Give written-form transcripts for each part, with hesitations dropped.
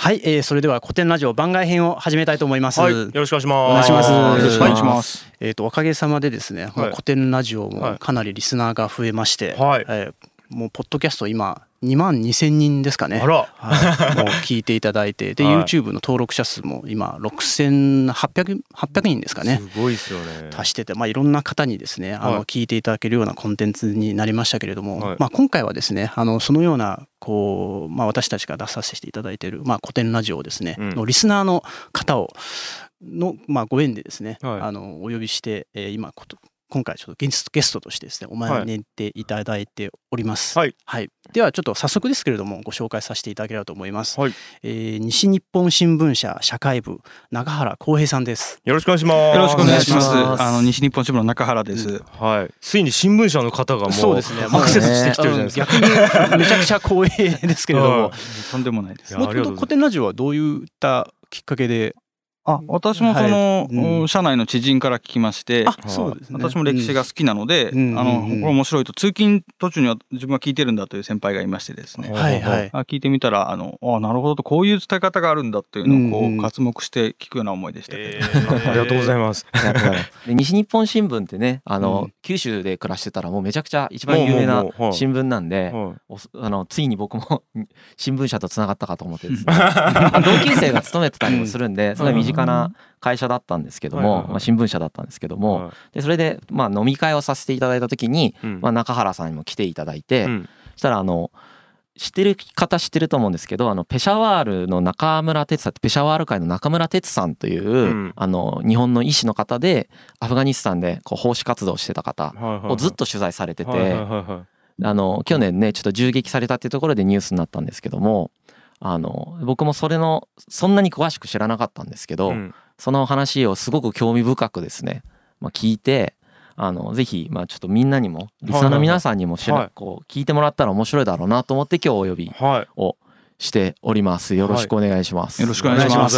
はい、それでは古典ラジオ番外編を始めたいと思います。 はい、よろしくお願いします。 お願いします。 よろしくお願いします。 おかげさまでですね、 はい古典ラジオもかなりリスナーが増えまして、 はいもうポッドキャスト今2万2000人ですかね。 あら、 はい、もう聞いていただいて、で、 はい YouTube の登録者数も今6800人ですかね。 すごいですよね。 足してて、いろんな方にですね、 はい聞いていただけるようなコンテンツになりましたけれども、 はい今回はですね、そのような私たちが出させていただいている、古典ラジオをですね、のリスナーの方をご縁でですね、 はいお呼びして、今回ちょっとゲストとしてですねお招いていただいております。 はいではちょっと早速ですけれどもご紹介させていただければと思います。 はい、 西日本新聞社社会部中原浩平さんです。 よろしくお願いします。 よろしくお願いします。 お願いしま西日本新聞の中原です。 はい、ついに新聞社の方がもうそうですね、 アクセスしてきてるじゃないですか。 逆にめちゃくちゃ光栄ですけれども、 はいとんでもないです。 もともと古典ラジオはどういったきっかけで？ 私もその、 はい社内の知人から聞きまして、 そうですね。 私も歴史が好きなので、これ面白いと、通勤途中には自分が聞いてるんだという先輩がいましてですね、 はいはい。 聞いてみたらなるほどと、こういう伝え方があるんだというのを刮目して聞くような思いでしたけど、 ありがとうございます。 で西日本新聞ってね九州で暮らしてたらもうめちゃくちゃ一番有名な新聞なんで、ついに僕も新聞社とつながったかと思ってですね同級生が勤めてたりもするんで、すごい身近な会社だったんですけども、新聞社だったんですけども、でそれで飲み会をさせていただいた時に、中原さんにも来ていただいて、そしたら知ってる方知ってると思うんですけど、ペシャワールの中村哲さんって、ペシャワール会の中村哲さんという、日本の医師の方でアフガニスタンで奉仕活動をしてた方をずっと取材されてて、去年ねちょっと銃撃されたっていうところでニュースになったんですけども、僕もそんなに詳しく知らなかったんですけど、その話をすごく興味深くですね、聞いて、ぜひちょっとみんなにもリスナーの皆さんにも聞いてもらったら面白いだろうなと思って今日お呼びをしております。よろしくお願いします。 よろしくお願いします。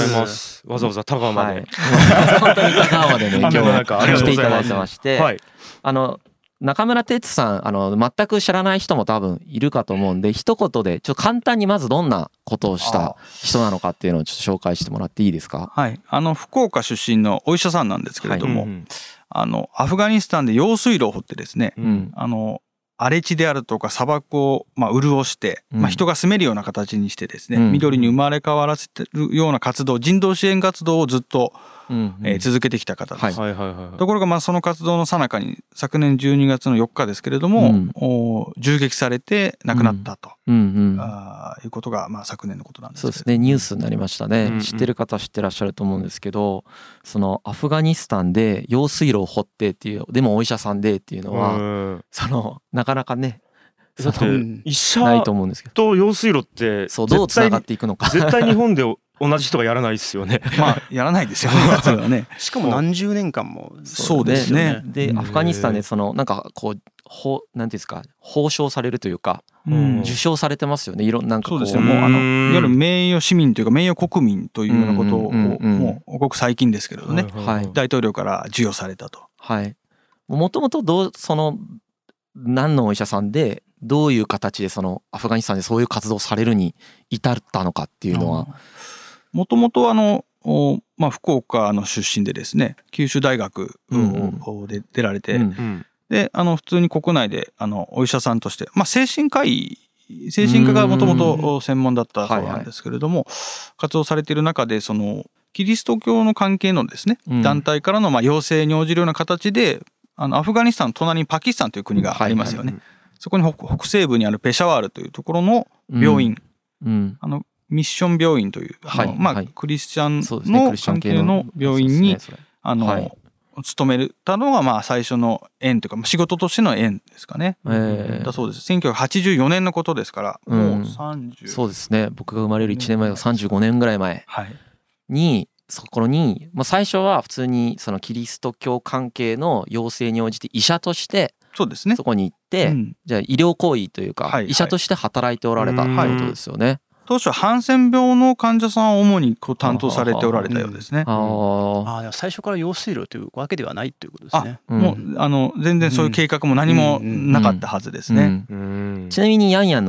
わざわざ田川まで、 本当に田川までね今日来ていただいてまして、中村哲さん全く知らない人も多分いるかと思うんで、一言でちょっと簡単にまずどんなことをした人なのかっていうのをちょっと紹介してもらっていいですか？ はい、福岡出身のお医者さんなんですけれども、アフガニスタンで用水路を掘ってですね、荒れ地であるとか砂漠を潤して、人が住めるような形にしてですね、緑に生まれ変わらせてるような活動、人道支援活動をずっと続けてきた方です。ところがその活動の最中に昨年12月の4日ですけれども、銃撃されて亡くなったということが昨年のことなんですけど、 そうですね、ニュースになりましたね。知ってる方は知ってらっしゃると思うんですけど、そのアフガニスタンで用水路を掘ってっていう、でもお医者さんでっていうのはなかなかね医者ないと思うんですけど、 と用水路ってどうつながっていくのか絶対日本で同じ人がやらないですよね。 やらないですよね普通はね。 しかも何十年間も。 そうですね。 でアフガニスタンでなんかなんていうんですか、褒章されるというか、受賞されてますよね。 そうですね。もういわゆる名誉市民というか名誉国民というようなことをもうごく最近ですけれどね、大統領から授与されたと。 もともと何のお医者さんでどういう形でアフガニスタンでそういう活動をされるに至ったのかっていうのは、 もともと福岡の出身でですね、九州大学で出られて、で普通に国内でお医者さんとして、精神科がもともと専門だったそうなんですけれども、活動されている中でキリスト教の関係のですね、団体からの要請に応じるような形で、アフガニスタンの隣にパキスタンという国がありますよね。そこに北西部にあるペシャワールというところの病院、ミッション病院というクリスチャンの関係の病院に勤めたのが最初の縁というか仕事としての縁ですかね。だそうです。1984年のことですから、もう30、 そうですね。僕が生まれる1年前が35年ぐらい前に、そこに最初は普通にキリスト教関係の要請に応じて医者としてそこに行って、じゃあ医療行為というか医者として働いておられたってことですよね。 当初はハンセン病の患者さんを主に担当されておられたようですね。 最初から用水路というわけではないということですね。 もう全然そういう計画も何もなかったはずですね。 ちなみにヤンヤンの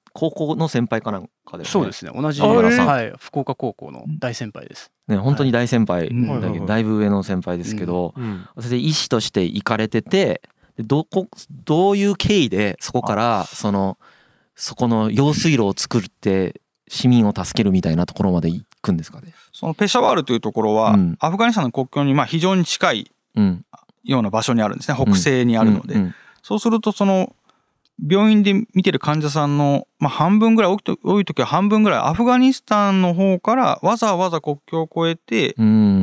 高校の先輩かなんかで、ね、 そうですね、同じ、福岡高校の大先輩です、 ね、本当に大先輩だけど、だいぶ上の先輩ですけど、それで医師として行かれてて、どういう経緯でそこからそこの用水路を作って市民を助けるみたいなところまで行くんですかね。 そのペシャワールというところは、アフガニスタンの国境に非常に近いような場所にあるんですね、北西にあるので、そうするとその病院で診てる患者さんの半分ぐらい、多い時は半分ぐらいアフガニスタンの方からわざわざ国境を越えて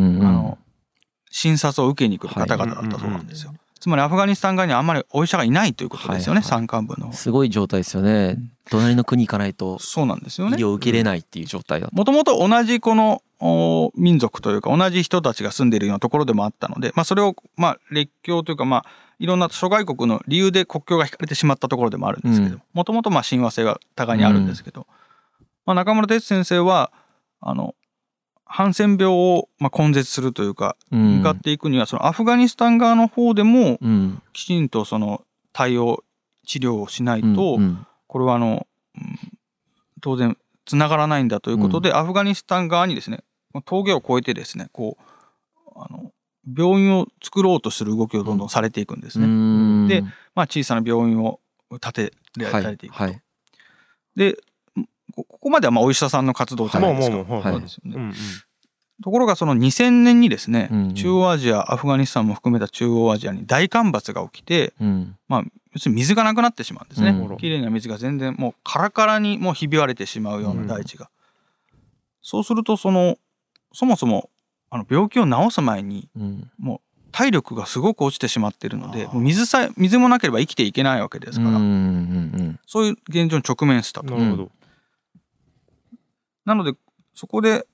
診察を受けに来る方々だったそうなんですよ。つまりアフガニスタン側にはあんまりお医者がいないということですよね、山間部の。 すごい状態ですよね。隣の国行かないとそうなんですよね、 医療を受けれないっていう状態だった。 もともと同じこの民族というか同じ人たちが住んでいるようなところでもあったので、それを列強というかいろんな諸外国の理由で国境が引かれてしまったところでもあるんですけど、もともと親和性が互いにあるんですけど、中村哲先生はハンセン病を根絶するというか向かっていくには、そのアフガニスタン側の方でもきちんとその対応治療をしないと、これは当然つながらないんだということで、アフガニスタン側にですね、峠を越えてですね、病院を作ろうとする動きをどんどんされていくんですね。で、小さな病院を建てられていくと。で、ここまではお医者さんの活動じゃないですか。ところがその2000年にですね、中央アジア、アフガニスタンも含めた中央アジアに大干ばつが起きて、要するに水がなくなってしまうんですね。きれいな水が全然もうカラカラにもうひび割れてしまうような大地が。そうするとそもそも病気を治す前にもう体力がすごく落ちてしまっているので、もう水もなければ生きていけないわけですから、そういう現状に直面したと。なのでそこで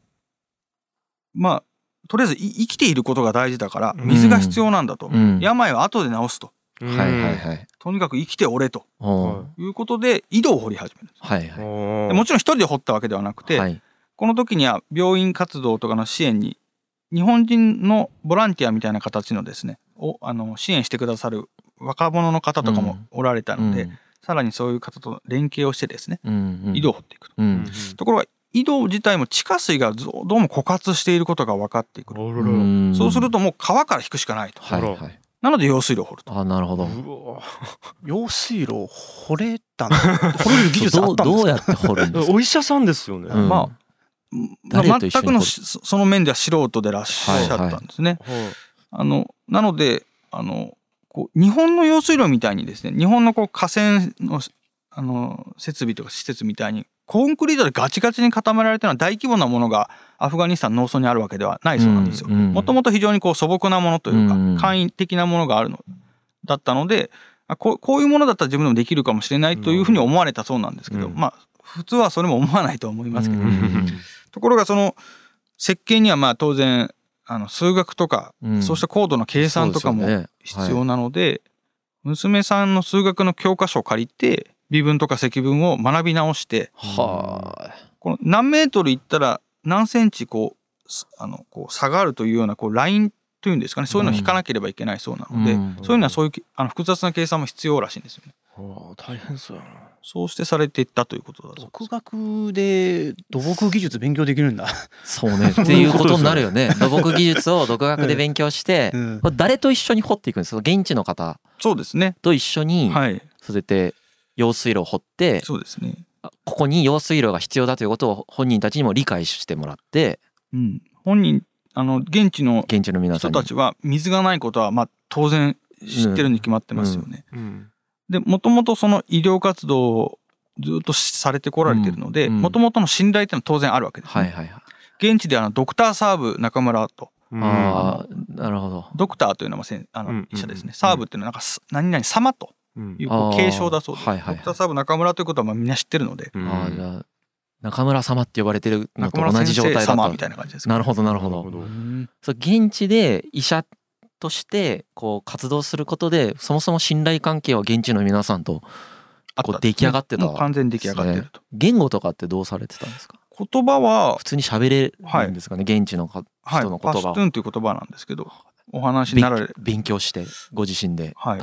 とりあえず生きていることが大事だから水が必要なんだと、病は後で治すと、とにかく生きておれということで井戸を掘り始めるんです。でもちろん一人で掘ったわけではなくて、この時には病院活動とかの支援に日本人のボランティアみたいな形のですね支援してくださる若者の方とかもおられたので、さらにそういう方と連携をしてですね、井戸を掘っていくと。ところが井戸自体も地下水がどうも枯渇していることが分かってくる。そうするともう川から引くしかないと。なので用水路を掘ると。 なるほど。 用水路を掘れたんだ。掘れる技術あったんですか。 どうやって掘るんですか。 お医者さんですよね。 全くのその面では素人でいらっしゃったんですね。なので日本の用水路みたいにですね、日本の河川の設備とか施設みたいにコンクリートでガチガチに固められてるような大規模なものがアフガニスタン農村にあるわけではないそうなんですよ。もともと非常に素朴なものというか簡易的なものがあるのだったので、こういうものだったら自分でもできるかもしれないというふうに思われたそうなんですけど、普通はそれも思わないと思いますけど、ところがその設計には当然数学とか、そうした高度な計算とかも必要なので、娘さんの数学の教科書を借りて微分とか積分を学び直して、この何メートルいったら何センチ差があるというようなラインというんですかね、そういうのを引かなければいけないそうなので、そういうのはそういう複雑な計算も必要らしいんですよね。 大変そうやな。 そうしてされていったということだそうです。 独学で土木技術勉強できるんだ。 そうねっていうことになるよね。土木技術を独学で勉強して、誰と一緒に掘っていくんですか。現地の方そうですねと一緒にそれで用水路を掘って、 そうですね、 ここに用水路が必要だということを本人たちにも理解してもらって、 本人現地の皆さん人たちは水がないことは当然知ってるに決まってますよね。でもともとその医療活動をずっとされてこられてるので、もともとの信頼っていうのは当然あるわけですね。現地でドクターサーブ中村と、 なるほど。 ドクターというのは医者ですね。サーブっていうのは何々様という継承だそうです。ドクターサーブ中村ということはみんな知ってるので、 じゃあ中村様って呼ばれてるのと同じ状態だと。 中村先生様みたいな感じです。 なるほどなるほど。そう現地で医者として活動することでそもそも信頼関係は現地の皆さんと出来上がってた。 もう完全に出来上がってると。 言語とかってどうされてたんですか。 言葉は普通に喋れるんですかね、現地の人の言葉。 パシュトゥーンという言葉なんですけど、お話になられ勉強してご自身で多分。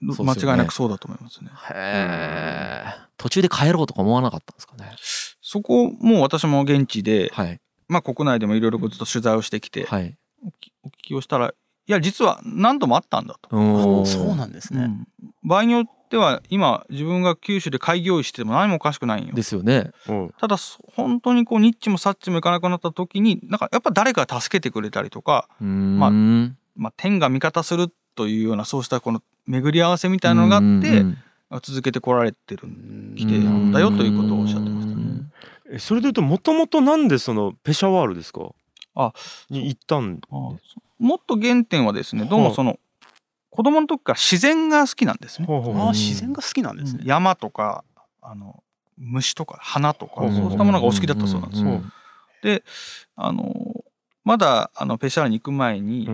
間違いなくそうだと思いますね。 へえ。途中で帰ろうとか思わなかったんですかね。 そこも私も現地で、 はい、 まあ国内でもいろいろずっと取材をしてきて、 はい、 お聞きをしたら、いや実は何度もあったんだと。 そうなんですね。 場合によっては今自分が九州で開業医しても何もおかしくないんよ。 ですよね。 ただ本当にこうニッチもサッチもいかなくなった時になんかやっぱ誰か助けてくれたりとか、まあ天が味方するというようなそうしたこの巡り合わせみたいなのがあって続けてこられてるきてるんだよということをおっしゃってましたね。 それでいうともともとなんでそのペシャワールですかに行ったんもっと原点はですね、どうもその子供の時から自然が好きなんですね。 自然が好きなんですね。 山とか虫とか花とかそうしたものがお好きだったそうなんですよ。でまだペシャワールに行く前に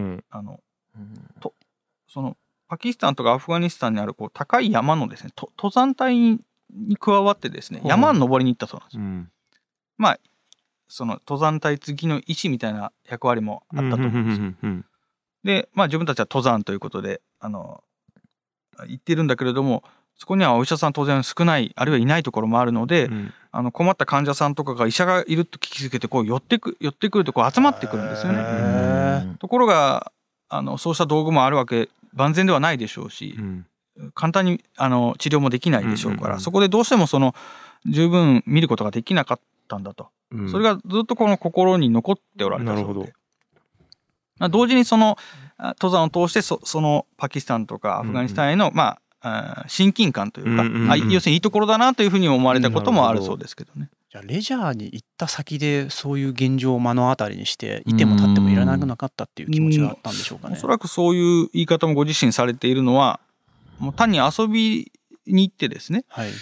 そのパキスタンとかアフガニスタンにあるこう高い山のですね登山隊に加わってですね山に登りに行ったそうなんですよ。まあその登山隊次の医師みたいな役割もあったと思うんですよ。でまあ自分たちは登山ということで行っているんだけれども、そこにはお医者さん当然少ないあるいはいないところもあるので、困った患者さんとかが医者がいると聞きつけてこう寄ってくるとこう集まってくるんですよね。ところがそうした道具もあるわけ万全ではないでしょうし、簡単に治療もできないでしょうから、そこでどうしてもその十分見ることができなかったんだと、それがずっとこの心に残っておられたそうで、同時にその登山を通してそのパキスタンとかアフガニスタンへのまあ親近感というか、要するにいいところだなというふうに思われたこともあるそうですけどね。 じゃあレジャーに行った先でそういう現状を目の当たりにしていても立ってもいらなくなかったっていう気持ちがあったんでしょうかね。 おそらくそういう言い方もご自身されているのはもう単に遊びに行ってですね、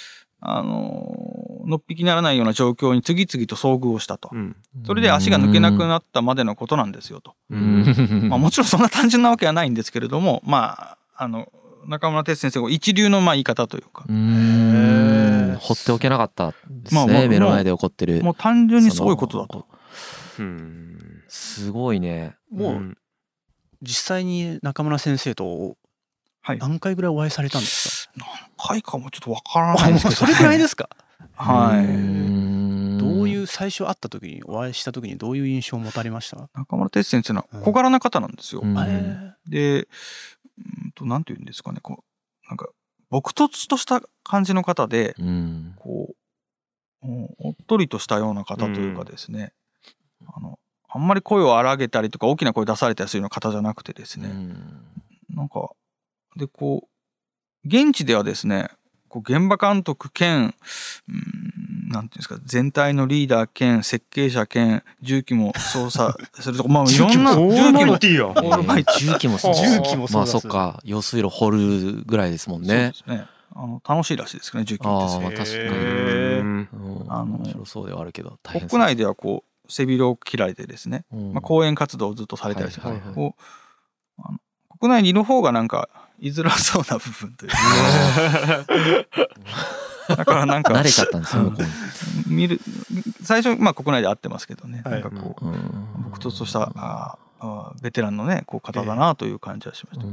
のっぴきならないような状況に次々と遭遇をしたと、それで足が抜けなくなったまでのことなんですよと。もちろんそんな単純なわけはないんですけれども、まあ中村哲先生が一流の言い方というか、 放っておけなかったですね。目の前で起こってるもう単純にそういうことだと。 すごいね。 もう実際に中村先生と何回ぐらいお会いされたんですか？ 何回かもちょっとわからないんですけど、 それくらいですか？ はい。 どういう最初会った時にお会いした時にどういう印象を持たれました？ 中村哲先生の小柄な方なんですよ。でなんていうんですかね、こうなんか朴訥とした感じの方で、こうおっとりとしたような方というかですね、あんまり声を荒げたりとか大きな声出されたりするような方じゃなくてですね、なんかでこう現地ではですね、こう現場監督兼なんていうんですか、全体のリーダー兼設計者兼重機も操作するとか、まあいろんな重機もまあそっか、用水路掘るぐらいですもんね。 そうですね。楽しいらしいですけどね、重機って。 確かに面白そうではあるけど大変。 国内ではこう背広を切られてですね、講演活動をずっとされたりして、国内にいる方がなんか居づらそうな部分というかだからなんか慣れちゃったんですよ。 見る最初国内で会ってますけどね、なんかこう朴訥としたベテランのねこう方だなという感じはしました。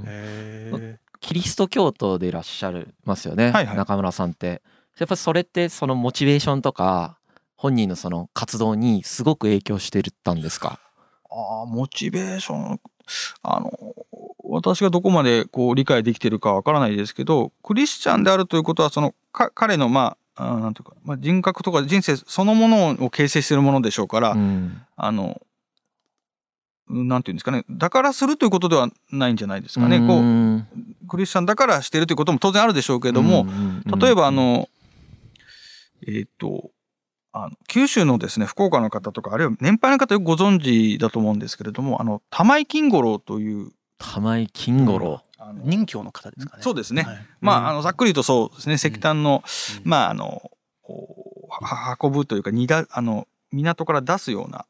キリスト教徒でいらっしゃるますよね、中村さんって。やっぱそれってそのモチベーションとか本人のその活動にすごく影響してたんですか？ モチベーション私がどこまでこう理解できているかわからないですけど、クリスチャンであるということはその彼のなんていうか、人格とか人生そのものを形成しているものでしょうから、なんていうんですかね、だからするということではないんじゃないですかね。こうクリスチャンだからしているということも当然あるでしょうけれども、例えば九州のですね福岡の方とかあるいは年配の方よくご存知だと思うんですけれども、玉井金五郎という玉井金五郎、 任教の方ですかね。 そうですね。ざっくり言うとそうですね。石炭の運ぶというか港から出すような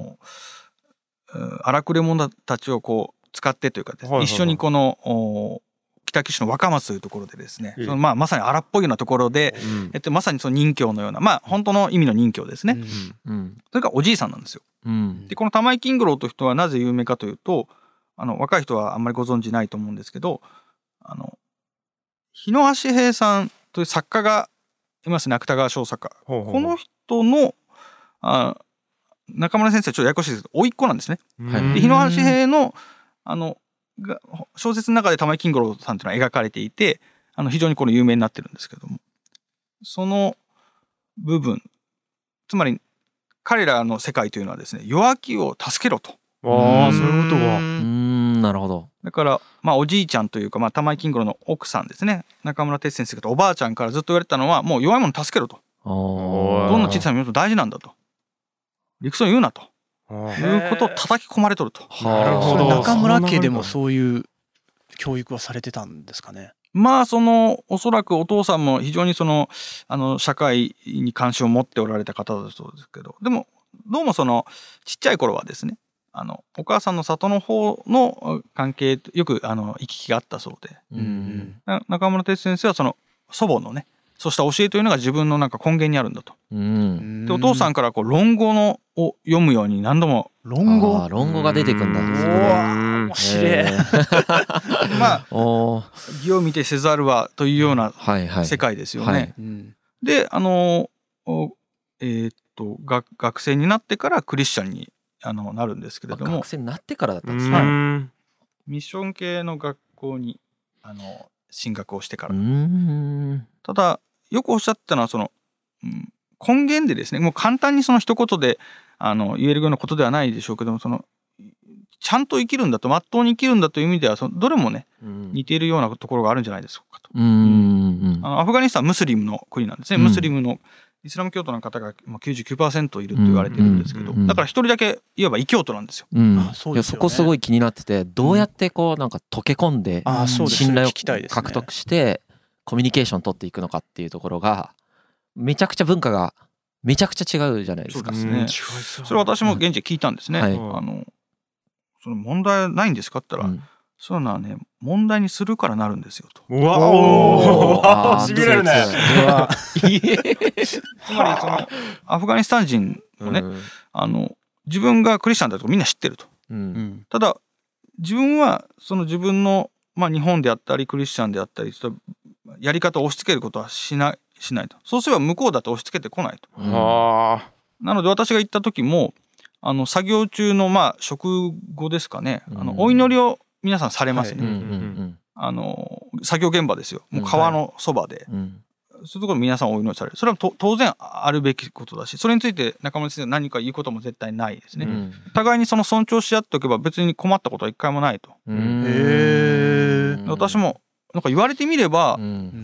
荒くれ者たちをこう使ってというかですね、一緒にこの北九州の若松というところでですね、まさに荒っぽいようなところで、まさにその任教のような本当の意味の任教ですね。それがおじいさんなんですよ。でこの玉井金五郎という人はなぜ有名かというと、若い人はあんまりご存じないと思うんですけど、 日野橋平さんという作家がいますね、芥川賞作家。この人の中村先生はちょっとややこしいですけど甥っ子なんですね。で日野橋平の小説の中で玉井金五郎さんというのは描かれていて非常にこの有名になってるんですけども、その部分、つまり彼らの世界というのはですね、弱気を助けろと。 ああ、そういうことが。 なるほど。 だからおじいちゃんというか玉井金五郎の奥さんですね、中村哲先生とおばあちゃんからずっと言われてたのは、もう弱いもの助けろと。どんな小さな身も大事なんだと。理屈を言うなということを叩き込まれとると。 なるほど。中村家でもそういう教育はされてたんですかね。 おそらくお父さんも非常に社会に関心を持っておられた方だそうですけど、でもどうもちっちゃい頃はですね、お母さんの里の方の関係よく行き来があったそうで、中村哲先生は祖母のね、そうした教えというのが自分の根源にあるんだと。でお父さんから論語を読むように何度も論語が出てくんだ。 面白い。 義を見てせざるはというような世界ですよね。で学生になってからクリスチャンになるんですけれども、 学生になってからだったんですね。 ミッション系の学校に進学をしてから。ただよくおっしゃったのは根源でですね、もう簡単に一言で言えるようなことではないでしょうけども、ちゃんと生きるんだと、まっとうに生きるんだという意味ではどれもね、似ているようなところがあるんじゃないですかと。アフガニスタンはムスリムの国なんですね。ムスリムのイスラム教徒の方が 99% いると言われてるんですけど、だから一人だけいわば異教徒なんですよ。 そこすごい気になってて、どうやって溶け込んで信頼を獲得してコミュニケーション取っていくのかっていうところがめちゃくちゃ文化がめちゃくちゃ違うじゃないですか。 そうですね。それ私も現地で聞いたんですね。その問題ないんですかって言ったら、そういうのはね、問題にするからなるんですよと。 うわお、しびれるね。 つまりアフガニスタン人もね、自分がクリスチャンだとみんな知ってると。ただ自分は自分の日本であったりクリスチャンであったりやり方を押し付けることはしないと。そうすれば向こうだって押し付けてこないと。なので私が行った時も作業中の食後ですかね、お祈りを皆さんされますね。作業現場ですよ。もう川のそばで、そういうところ皆さんお祈りされる。それは当然あるべきことだし、それについて中村先生が何か言うことも絶対ないですね。互いに尊重し合っておけば別に困ったことは一回もないと。私もなんか言われてみれば、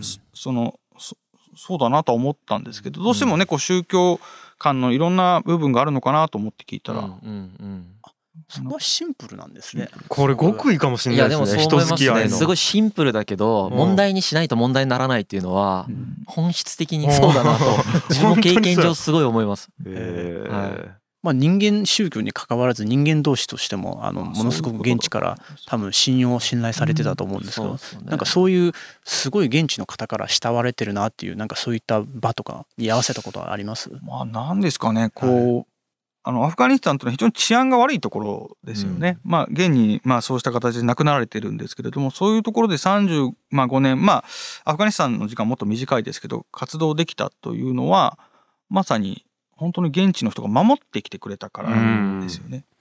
そうだなとは思ったんですけど、どうしてもね宗教間のいろんな部分があるのかなと思って聞いたら、 そこはシンプルなんですね。 これ極意かもしれないですね。人付き合いのすごいシンプルだけど、問題にしないと問題にならないっていうのは本質的にそうだなと自分の経験上すごい思います。 人間宗教に関わらず人間同士としてもものすごく現地から多分信頼されてたと思うんですけど、なんかそういうすごい現地の方から慕われてるなっていう、なんかそういった場とかに合わせたことはあります？ なんですかね、アフガニスタンというのは非常に治安が悪いところですよね。現にそうした形で亡くなられてるんですけれども、そういうところで35年、アフガニスタンの時間もっと短いですけど活動できたというのはまさに本当に現地の人が守ってきてくれたからですよね。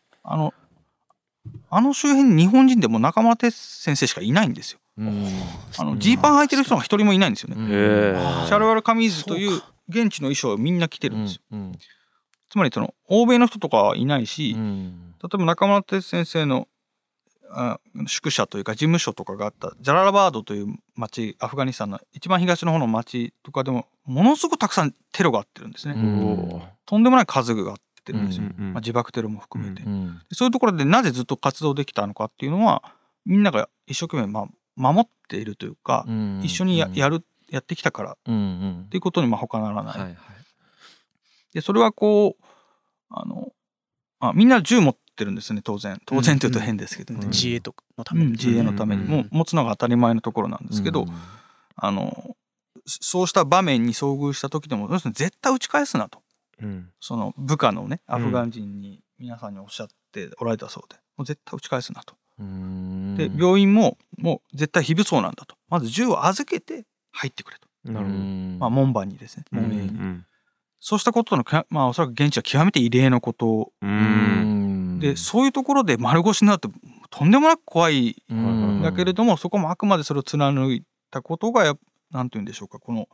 周辺に日本人でも中村哲先生しかいないんですよ。ジーパン履いてる人が一人もいないんですよね。シャルワルカミーズという現地の衣装をみんな着てるんですよ。つまり欧米の人とかはいないし、例えば中村哲先生の宿舎というか事務所とかがあったジャララバードという町、アフガニスタンの一番東の方の町とかでもものすごくたくさんテロがあってるんですね。とんでもない数があってるんですよ。自爆テロも含めて。そういうところでなぜずっと活動できたのかっていうのは、みんなが一生懸命守っているというか、一緒にやってきたからっていうことに他ならない。でそれはみんな銃持ってるんですね。当然というと変ですけどね。 自衛のために、 自衛のためにも持つのが当たり前のところなんですけど、そうした場面に遭遇した時でも絶対撃ち返すなと、その部下のねアフガン人に皆さんにおっしゃっておられたそうで、もう絶対撃ち返すなと。で病院ももう絶対非武装なんだと。まず銃を預けて入ってくれと。 なるほど。 まあ門番にですね。門営に。そうしたことのまあおそらく現地は極めて異例のことで、そういうところで丸腰になるととんでもなく怖いんだけれども、そこもあくまでそれを貫いたことがなんていうんでしょうか、この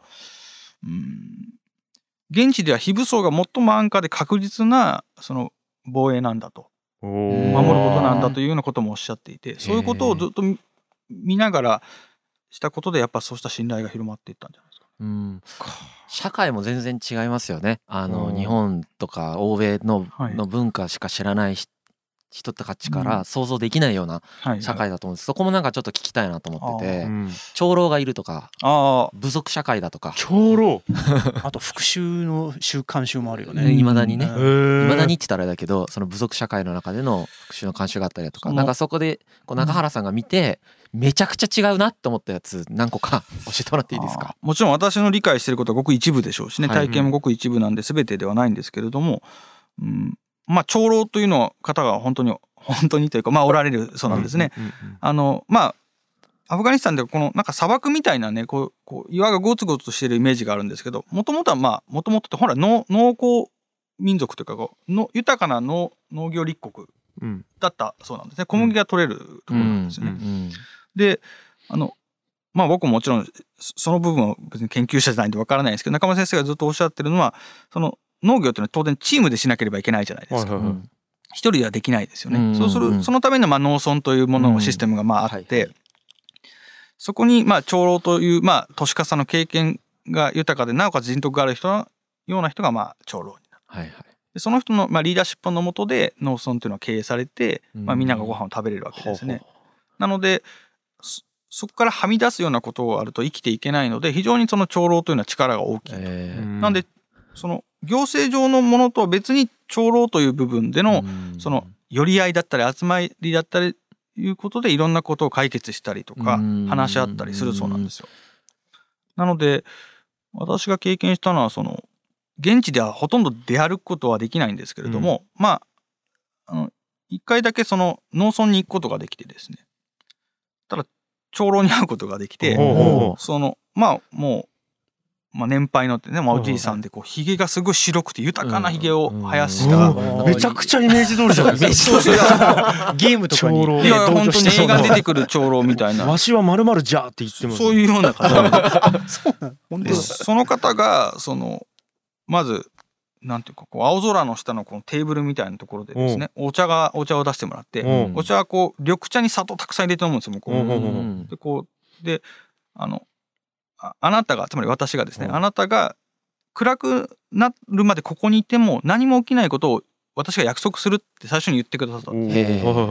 現地では非武装が最も安価で確実なその防衛なんだと、守ることなんだというようなこともおっしゃっていて、そういうことをずっと見ながらしたことでやっぱそうした信頼が広まっていったんじゃないですか。 社会も全然違いますよね。日本とか欧米の文化しか知らない人たちから想像できないような社会だと思うんです。そこもなんかちょっと聞きたいなと思ってて、長老がいるとか部族社会だとか、 長老あと復讐の慣習もあるよね。 いまだにね、いまだにって言ったらあれだけど、その部族社会の中での復讐の慣習があったりだとか、なんかそこでこう中原さんが見てめちゃくちゃ違うなって思ったやつ何個か教えてもらっていいですか？ もちろん私の理解していることはごく一部でしょうしね、体験もごく一部なんで全てではないんですけれども、まあ長老というの方が本当にというか、まあおられるそうなんですね。まあアフガニスタンではこのなんか砂漠みたいなね、こう岩がゴツゴツとしているイメージがあるんですけど、もともとって本来農耕民族というか豊かな農業立国だったそうなんですね。小麦が取れるところなんですね。でまあ僕ももちろんその部分は別に研究者じゃないんでわからないんですけど、中村先生がずっとおっしゃってるのは、その農業っていうのは当然チームでしなければいけないじゃないですか。一人ではできないですよね。そのための農村というもののシステムがあって、そこに長老という年かさの経験が豊かでなおかつ人徳があるような人が長老になる。でその人のリーダーシップの下で農村というのは経営されて、みんながご飯を食べれるわけですね。なのでそこからはみ出すようなことがあると生きていけないので、非常にその長老というのは力が大きいと。なんでその行政上のものとは別に長老という部分でのその寄り合いだったり集まりだったりいうことでいろんなことを解決したりとか話し合ったりするそうなんですよ。なので私が経験したのは、その現地ではほとんど出歩くことはできないんですけれども、一回だけその農村に行くことができてですね、ただ長老に会うことができて、そのもう年配のってね、おじいさんでこうひげがすごい白くて豊かなひげを生やした、 めちゃくちゃイメージ通りじゃないですか。ゲームとかに本当に映画に出てくる長老みたいな。 わしは〇〇じゃって言ってます。 そういうような方で、その方がまずなんていうか青空の下のこのテーブルみたいなところでですね、お茶を出してもらって、お茶はこう緑茶に砂糖たくさん入れて飲むんですよ。であなたが、つまり私がですね、あなたが暗くなるまでここにいても何も起きないことを私が約束するって最初に言ってくださったんです。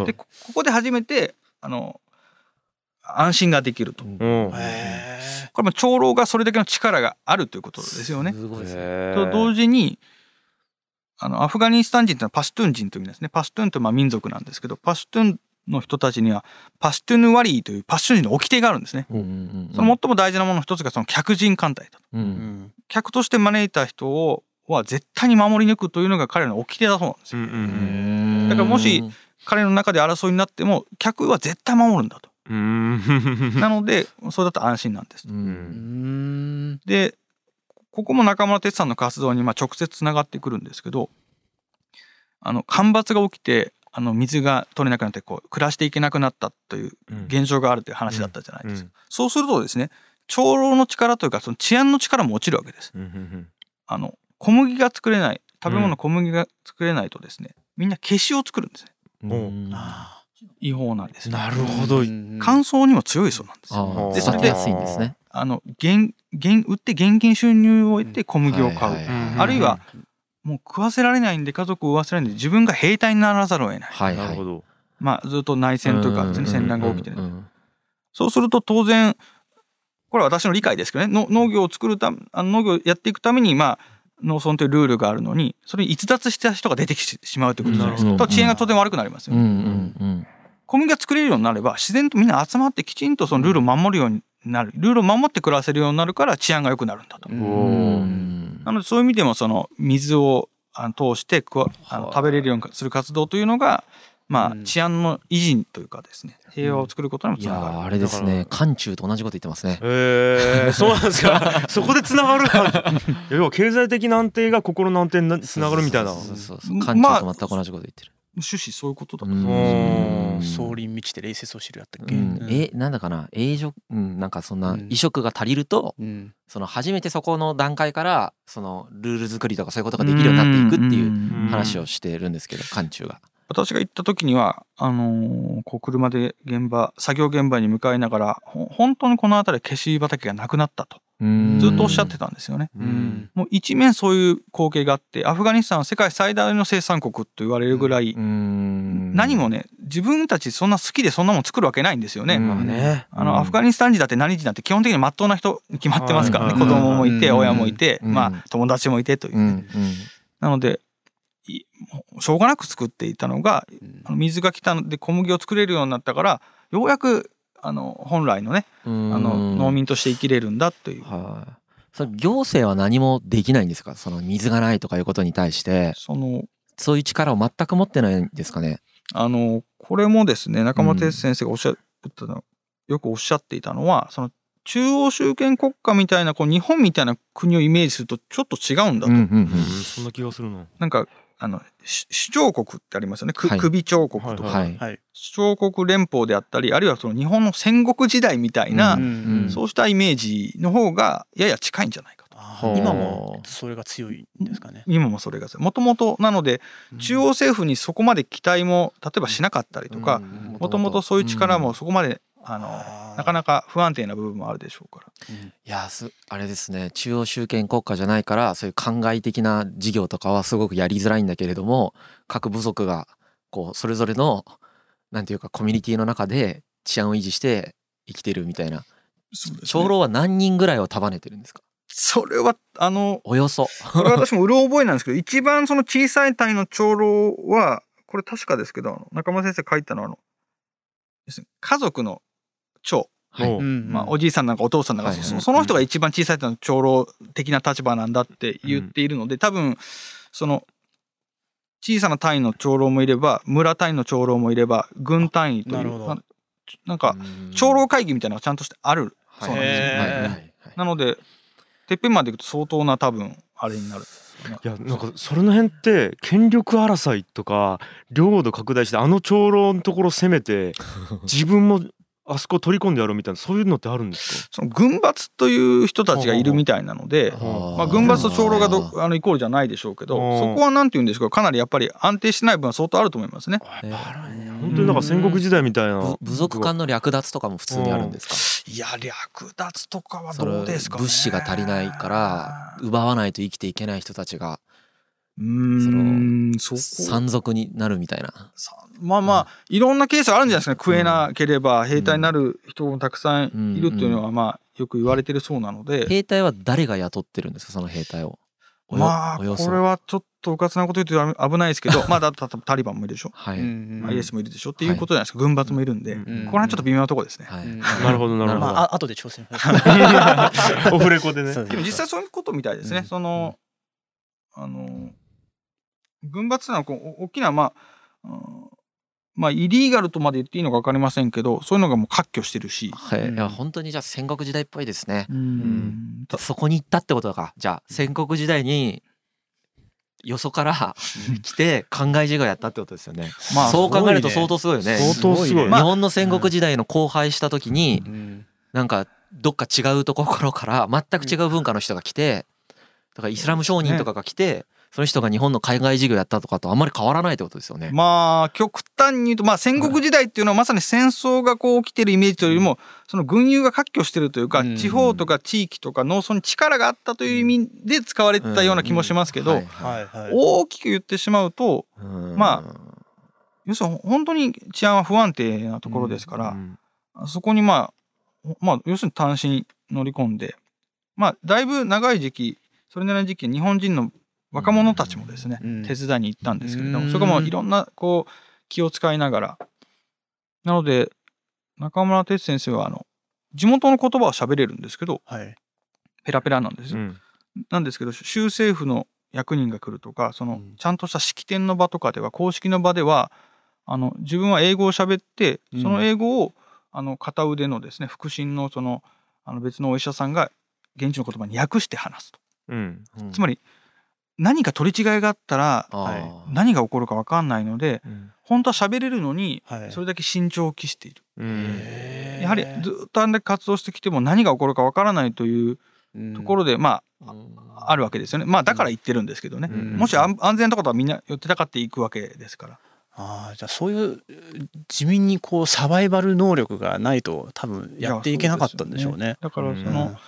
でここで初めて安心ができると。これも長老がそれだけの力があるということですよね。と同時にアフガニスタン人というのはパシュトゥン人という意味ですね。パシュトゥンという民族なんですけど、パシュトゥンの人たちにはパシュトゥヌワリーというパシュトゥン人の掟があるんですね。その最も大事なものの一つがその客人艦隊だと。客として招いた人は絶対に守り抜くというのが彼らの掟だそうなんですよ。だからもし彼の中で争いになっても客は絶対守るんだと。なのでそれだと安心なんですと。でここも中村哲さんの活動に直接つながってくるんですけど、干ばつが起きて水が取れなくなって暮らしていけなくなったという現象があるという話だったじゃないですか。そうするとですね、長老の力というかその治安の力も落ちるわけです。小麦が作れない、食べ物小麦が作れないとですね、みんな消しを作るんですね。違法なんです。 なるほど。 乾燥にも強いそうなんですよ。 でそれで安いんですね。 売って現金収入を得て小麦を買う、あるいはもう食わせられないんで家族を食わせられないんで自分が兵隊にならざるを得ない。 なるほど。 ずっと内戦というか戦乱が起きてる。そうすると当然これは私の理解ですけどね、農業を農業をやっていくために農村というルールがあるのに、それに逸脱した人が出てきてしまうということじゃないですか。と治安が当然悪くなりますよね。小麦が作れるようになれば自然とみんな集まってきちんとそのルールを守るようになる、ルールを守って暮らせるようになるから治安が良くなるんだと。なのでそういう意味でもその水を通して食べれるようにする活動というのがまあ治安の維持というかですね、平和を作ることにもつながる。 いやあれですね、漢中と同じこと言ってますね。 そうなんですか。そこでつながる。要は経済的な安定が心の安定につながるみたいな。 漢中と全く同じこと言ってる。 趣旨そういうことだと思います。総林満ちて礼節を知るやったっけ。 なんだかな、なんかそんな移植が足りると、その初めてそこの段階からそのルール作りとかそういうことができるようになっていくっていう話をしてるんですけど、漢中が。 私が行った時にはこう車で作業現場に向かいながら本当にこの辺り消し畑がなくなったとずっとおっしゃってたんですよね。もう一面そういう光景があって、アフガニスタンは世界最大の生産国と言われるぐらい、何もね自分たちそんな好きでそんなもん作るわけないんですよね。アフガニスタン人だって何人だって基本的に真っ当な人に決まってますからね。子供もいて親もいて、まあ友達もいてというね。なのでしょうがなく作っていたのが、水が来たので小麦を作れるようになったから、ようやく本来のね農民として生きれるんだという。 それ行政は何もできないんですか？その水がないとかいうことに対してそういう力を全く持ってないんですかね？ これもですね、中村哲先生がよくおっしゃっていたのは、その中央集権国家みたいな日本みたいな国をイメージするとちょっと違うんだと。 そんな気がするの。 なんか首長国ってありますよね。首長国とか、首長国連邦であったり、あるいはその日本の戦国時代みたいな、そうしたイメージの方がやや近いんじゃないかと。 今もそれが強いんですかね。 今もそれがもともとなので、中央政府にそこまで期待も例えばしなかったりとか、もともとそういう力もそこまでなかなか不安定な部分もあるでしょうから。 いやあれですね、中央集権国家じゃないからそういう灌漑的な事業とかはすごくやりづらいんだけれども、各部族がこうそれぞれのなんていうかコミュニティの中で治安を維持して生きてるみたいな。長老は何人ぐらいを束ねてるんですか？ それはおよそこれ私もうろ覚えなんですけど、一番その小さい隊の長老はこれ確かですけど、中村先生書いたのはですね、家族の長、おじいさんなんかお父さんなんか、その人が一番小さい隊の長老的な立場なんだって言っているので、多分その小さな単位の長老もいれば村単位の長老もいれば軍単位というなんか長老会議みたいなのがちゃんとしてあるそうなんですね。なのでてっぺんまで行くと相当な多分あれになる。 いやなんかそれの辺って権力争いとか領土拡大して長老のところ攻めて自分もあそこ取り込んでやろうみたいな、そういうのってあるんですか？ その軍閥という人たちがいるみたいなので、軍閥と長老がイコールじゃないでしょうけど、そこはなんて言うんですか、かなりやっぱり安定してない分は相当あると思いますね。 本当になんか戦国時代みたいな。 部族間の略奪とかも普通にあるんですか？ いや略奪とかはどうですかね。 物資が足りないから奪わないと生きていけない人たちが山賊になるみたいな。 まあいろんなケースがあるんじゃないですかね。食えなければ兵隊になる人もたくさんいるっていうのはまあよく言われてるそうなので。 兵隊は誰が雇ってるんですか、その兵隊を？ これはちょっとうかつなこと言うと危ないですけど、タリバンもいるでしょ、IS もいるでしょっていうことじゃないですか。軍閥もいるんで、この辺ちょっと微妙なところですね。 なるほどなるほど。 後で挑戦オフレコでね。 でも実際そういうことみたいですね。その軍閥っていうのは大きなイリーガルとまで言っていいのか分かりませんけど、そういうのがもう割拠してるし、 いや本当にじゃあ戦国時代っぽいですね。そこに行ったってことか。じゃあ戦国時代によそから来て灌漑事業やったってことですよね。そう考えると相当すごいよね。 相当すごい。 日本の戦国時代の荒廃した時になんかどっか違うところから全く違う文化の人が来て、だからイスラム商人とかが来て、その人が日本の海外事業やったとかとあんまり変わらないってことですよね。 極端に言うと戦国時代っていうのはまさに戦争が起きてるイメージというよりも、その軍友が割拠してるというか、地方とか地域とか農村に力があったという意味で使われてたような気もしますけど、大きく言ってしまうと要するに本当に治安は不安定なところですから、そこに要するに単身に乗り込んで、だいぶ長い時期、それなりの時期日本人の若者たちもですね、手伝いに行ったんですけれども、そこもいろんな気を使いながら、なので中村哲先生は地元の言葉は喋れるんですけど、ペラペラなんですよ。なんですけど州政府の役人が来るとか、ちゃんとした式典の場とかでは、公式の場では自分は英語を喋ってその英語を片腕のですね腹心の別のお医者さんが現地の言葉に訳して話すと、つまり何か取り違いがあったら何が起こるか分かんないので、本当は喋れるのにそれだけ慎重を期している、やはりずっとあんだけ活動してきても何が起こるか分からないというところであるわけですよね。だから言ってるんですけどね、もし安全なことはみんな寄ってたかっていくわけですから。 じゃあそういう地味にサバイバル能力がないと多分やっていけなかったんでしょうね。 だから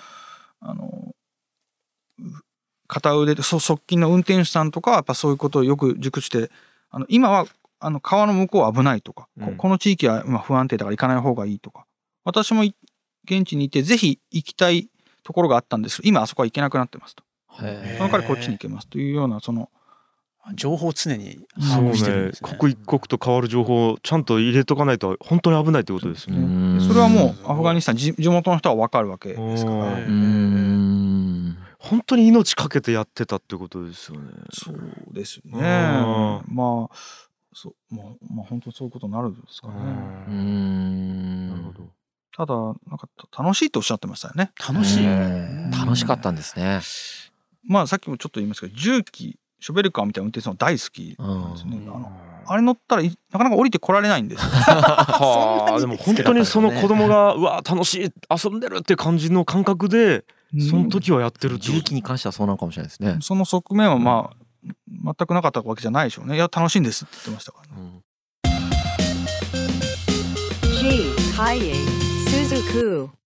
片腕で側近の運転手さんとかはやっぱそういうことをよく熟知して今は川の向こうは危ないとか、この地域は今不安定だから行かない方がいいとか、私も現地にいてぜひ行きたいところがあったんですけど今あそこは行けなくなってますと、その代わりこっちに行けますというような情報を常に把握してるんですね。 刻一刻と変わる情報をちゃんと入れとかないと本当に危ないってことですよね。 それはもうアフガニスタン地元の人は分かるわけですから。 本当に命かけてやってたってことですよね。 そうですね。本当そういうことになるんですかね。 なるほど。 ただなんか楽しいとおっしゃってましたよね。 楽しかったんですね。 さっきもちょっと言いましたけど重機ショベルカーみたいな運転するの大好きなんですね。あれ乗ったらなかなか降りてこられないんですよ。 でも本当にその子供がうわ楽しい遊んでるって感じの感覚でその時はやってるって重機に関してはそうなのかもしれないですね。 その側面は全くなかったわけじゃないでしょうね。いや楽しいんですって言ってましたからね。 G. Kaie Suzuku